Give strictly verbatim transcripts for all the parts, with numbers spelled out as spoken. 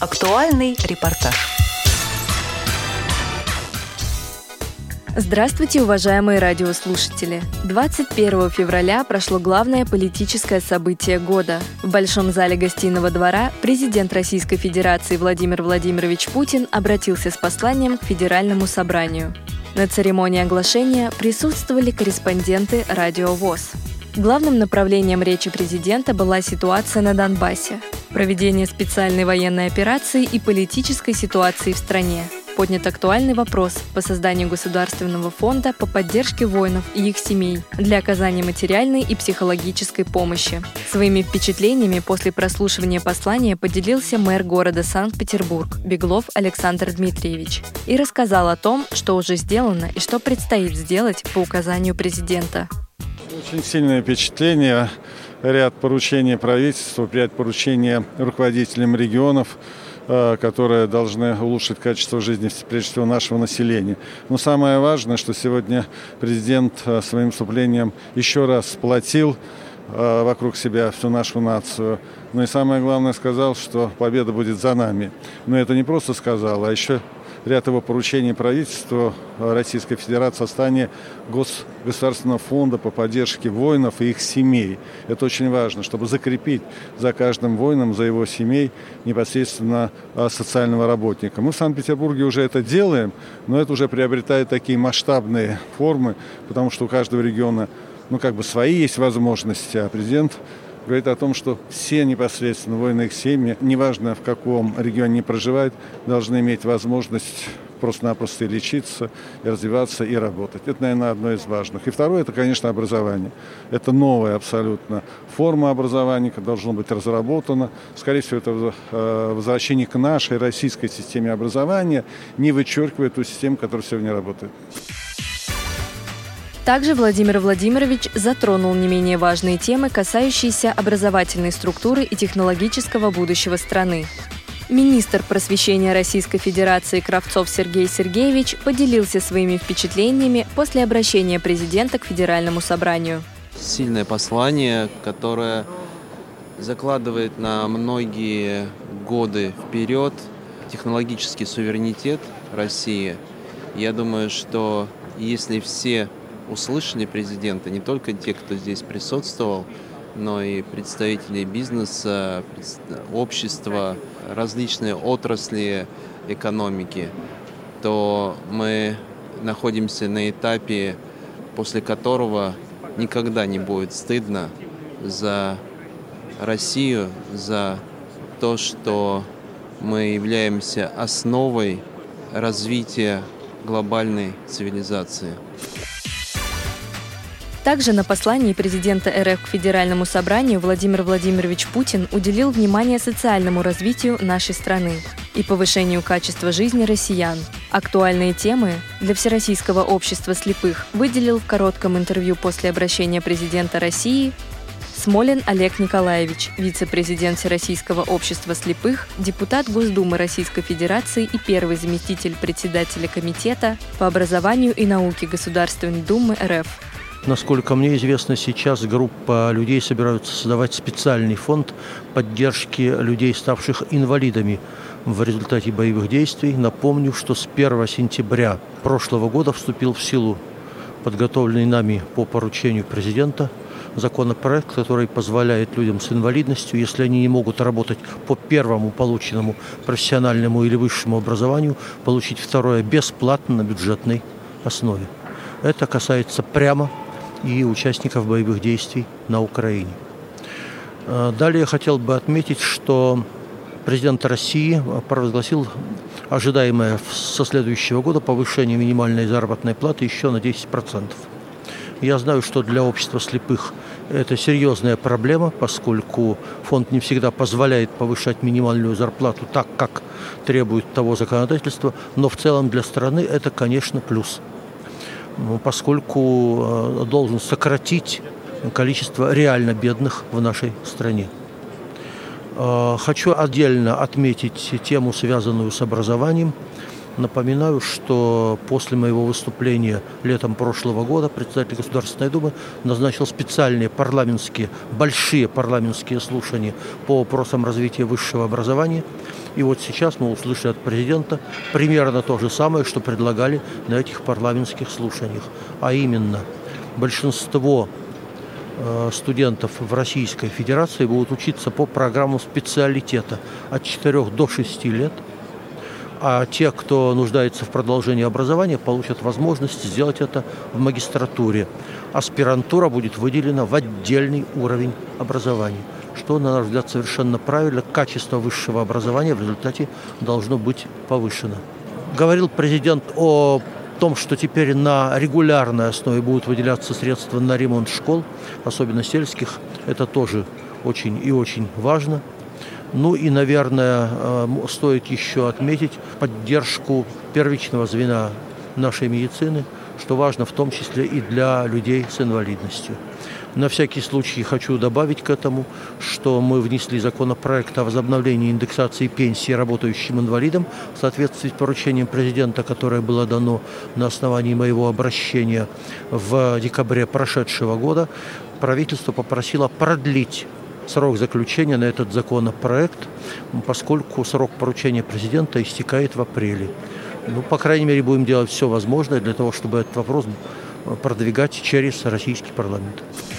Актуальный репортаж. Здравствуйте, уважаемые радиослушатели! двадцать первого февраля прошло главное политическое событие года. В Большом зале Гостиного двора президент Российской Федерации Владимир Владимирович Путин обратился с посланием к Федеральному собранию. На церемонии оглашения присутствовали корреспонденты Радио ВОС. Главным направлением речи президента была ситуация на Донбассе, проведение специальной военной операции и политической ситуации в стране. Поднят актуальный вопрос по созданию государственного фонда по поддержке воинов и их семей для оказания материальной и психологической помощи. Своими впечатлениями после прослушивания послания поделился мэр города Санкт-Петербург Беглов Александр Дмитриевич и рассказал о том, что уже сделано и что предстоит сделать по указанию президента. Очень сильное впечатление, ряд поручений правительству, ряд поручений руководителям регионов, которые должны улучшить качество жизни, прежде всего, нашего населения. Но самое важное, что сегодня президент своим выступлением еще раз сплотил вокруг себя всю нашу нацию. Ну и самое главное, сказал, что победа будет за нами. Но это не просто сказал, а еще ряд его поручений правительству Российской Федерации о создании гос- государственного фонда по поддержке воинов и их семей. Это очень важно, чтобы закрепить за каждым воином, за его семей непосредственно социального работника. Мы в Санкт-Петербурге уже это делаем, но это уже приобретает такие масштабные формы, потому что у каждого региона ну, как бы свои есть возможности, а президент говорит о том, что все непосредственно воины и их семьи, неважно в каком регионе они проживают, должны иметь возможность просто-напросто и лечиться, и развиваться, и работать. Это, наверное, одно из важных. И второе, это, конечно, образование. Это новая абсолютно форма образования, которая должна быть разработана. Скорее всего, это возвращение к нашей российской системе образования, не вычеркивая ту систему, которая сегодня работает. Также Владимир Владимирович затронул не менее важные темы, касающиеся образовательной структуры и технологического будущего страны. Министр просвещения Российской Федерации Кравцов Сергей Сергеевич поделился своими впечатлениями после обращения президента к Федеральному собранию. Сильное послание, которое закладывает на многие годы вперед технологический суверенитет России. Я думаю, что если все услышали президента, не только те, кто здесь присутствовал, но и представители бизнеса, общества, различные отрасли экономики, то мы находимся на этапе, после которого никогда не будет стыдно за Россию, за то, что мы являемся основой развития глобальной цивилизации. Также на послании президента РФ к Федеральному собранию Владимир Владимирович Путин уделил внимание социальному развитию нашей страны и повышению качества жизни россиян. Актуальные темы для Всероссийского общества слепых выделил в коротком интервью после обращения президента России Смолин Олег Николаевич, вице-президент Всероссийского общества слепых, депутат Госдумы Российской Федерации и первый заместитель председателя Комитета по образованию и науке Государственной Думы РФ. Насколько мне известно, сейчас группа людей собираются создавать специальный фонд поддержки людей, ставших инвалидами в результате боевых действий. Напомню, что с первого сентября прошлого года вступил в силу подготовленный нами по поручению президента законопроект, который позволяет людям с инвалидностью, если они не могут работать по первому полученному профессиональному или высшему образованию, получить второе бесплатно на бюджетной основе. Это касается прямо и участников боевых действий на Украине. Далее я хотел бы отметить, что президент России провозгласил ожидаемое со следующего года повышение минимальной заработной платы еще на десять процентов. Я знаю, что для общества слепых это серьезная проблема, поскольку фонд не всегда позволяет повышать минимальную зарплату так, как требует того законодательства, но в целом для страны это, конечно, плюс, поскольку должен сократить количество реально бедных в нашей стране. Хочу отдельно отметить тему, связанную с образованием. Напоминаю, что после моего выступления летом прошлого года председатель Государственной Думы назначил специальные парламентские, большие парламентские слушания по вопросам развития высшего образования. И вот сейчас мы услышали от президента примерно то же самое, что предлагали на этих парламентских слушаниях. А именно, большинство э, студентов в Российской Федерации будут учиться по программам специалитета от четырёх до шести лет. А те, кто нуждается в продолжении образования, получат возможность сделать это в магистратуре. Аспирантура будет выделена в отдельный уровень образования, что, на наш взгляд, совершенно правильно. Качество высшего образования в результате должно быть повышено. Говорил президент о том, что теперь на регулярной основе будут выделяться средства на ремонт школ, особенно сельских. Это тоже очень и очень важно. Ну и, наверное, стоит еще отметить поддержку первичного звена нашей медицины, что важно в том числе и для людей с инвалидностью. На всякий случай хочу добавить к этому, что мы внесли законопроект о возобновлении индексации пенсии работающим инвалидам в соответствии с поручением президента, которое было дано на основании моего обращения в декабре прошедшего года. Правительство попросило продлить срок заключения на этот законопроект, поскольку срок поручения президента истекает в апреле. Ну, по крайней мере, будем делать все возможное для того, чтобы этот вопрос продвигать через российский парламент.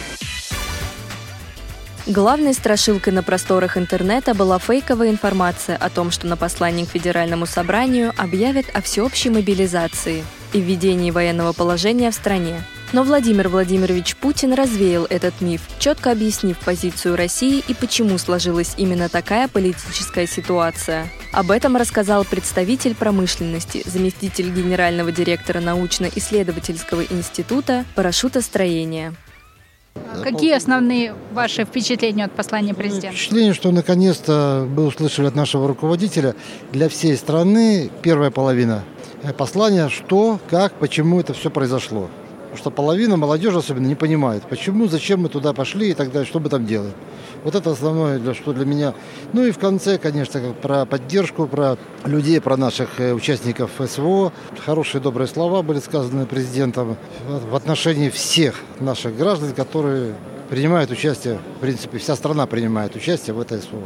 Главной страшилкой на просторах интернета была фейковая информация о том, что на послании к Федеральному собранию объявят о всеобщей мобилизации и введении военного положения в стране. Но Владимир Владимирович Путин развеял этот миф, четко объяснив позицию России и почему сложилась именно такая политическая ситуация. Об этом рассказал представитель промышленности, заместитель генерального директора научно-исследовательского института парашютостроения. Какие основные ваши впечатления от послания президента? Впечатление, что наконец-то мы услышали от нашего руководителя для всей страны первая половина послания, что, как, почему это все произошло. Потому что половина молодежи особенно не понимает, почему, зачем мы туда пошли и так далее, что мы там делаем. Вот это основное, для, что для меня. Ну и в конце, конечно, про поддержку, про людей, про наших участников СВО. Хорошие, добрые слова были сказаны президентом в отношении всех наших граждан, которые принимают участие, в принципе, вся страна принимает участие в этой СВО.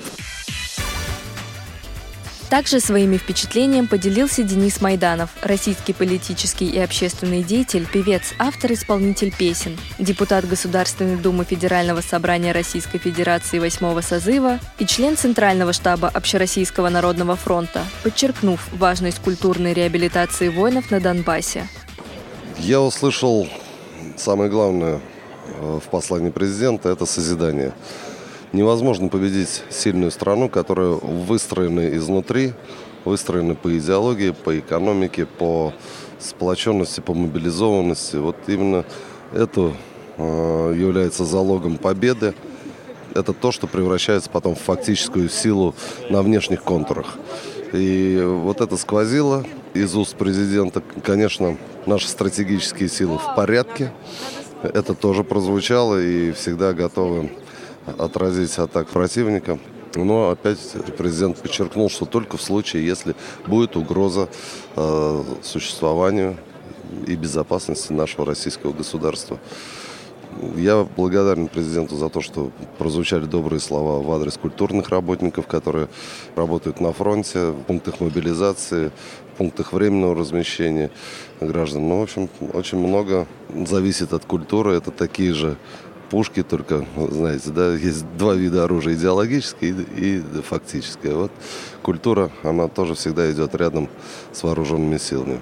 Также своими впечатлениями поделился Денис Майданов, российский политический и общественный деятель, певец, автор, исполнитель песен, депутат Государственной Думы Федерального собрания Российской Федерации восьмого созыва и член Центрального штаба Общероссийского народного фронта, подчеркнув важность культурной реабилитации воинов на Донбассе. Я услышал самое главное в послании президента – это созидание. Невозможно победить сильную страну, которая выстроена изнутри, выстроена по идеологии, по экономике, по сплоченности, по мобилизованности. Вот именно это э, является залогом победы. Это то, что превращается потом в фактическую силу на внешних контурах. И вот это сквозило из уст президента. Конечно, наши стратегические силы в порядке. Это тоже прозвучало и всегда готовы отразить атак противника. Но опять президент подчеркнул, что только в случае, если будет угроза э, существованию и безопасности нашего российского государства. Я благодарен президенту за то, что прозвучали добрые слова в адрес культурных работников, которые работают на фронте, в пунктах мобилизации, в пунктах временного размещения граждан. Ну, в общем, очень много зависит от культуры. Это такие же пушки, только, знаете, да, есть два вида оружия, идеологическое и, и фактическое. Вот культура, она тоже всегда идет рядом с вооруженными силами.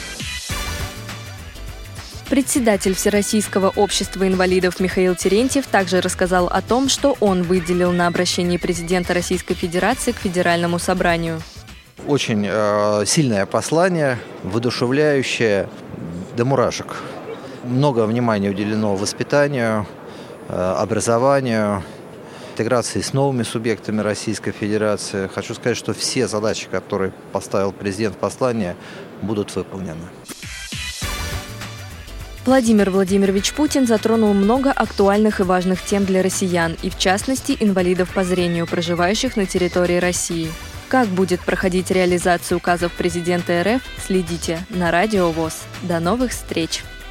Председатель Всероссийского общества инвалидов Михаил Терентьев также рассказал о том, что он выделил на обращение президента Российской Федерации к Федеральному собранию. Очень э, сильное послание, воодушевляющее до мурашек. Много внимания уделено воспитанию, образованию, интеграции с новыми субъектами Российской Федерации. Хочу сказать, что все задачи, которые поставил президент в послании, будут выполнены. Владимир Владимирович Путин затронул много актуальных и важных тем для россиян, и в частности инвалидов по зрению, проживающих на территории России. Как будет проходить реализация указов президента РФ, следите на Радио ВОС. До новых встреч!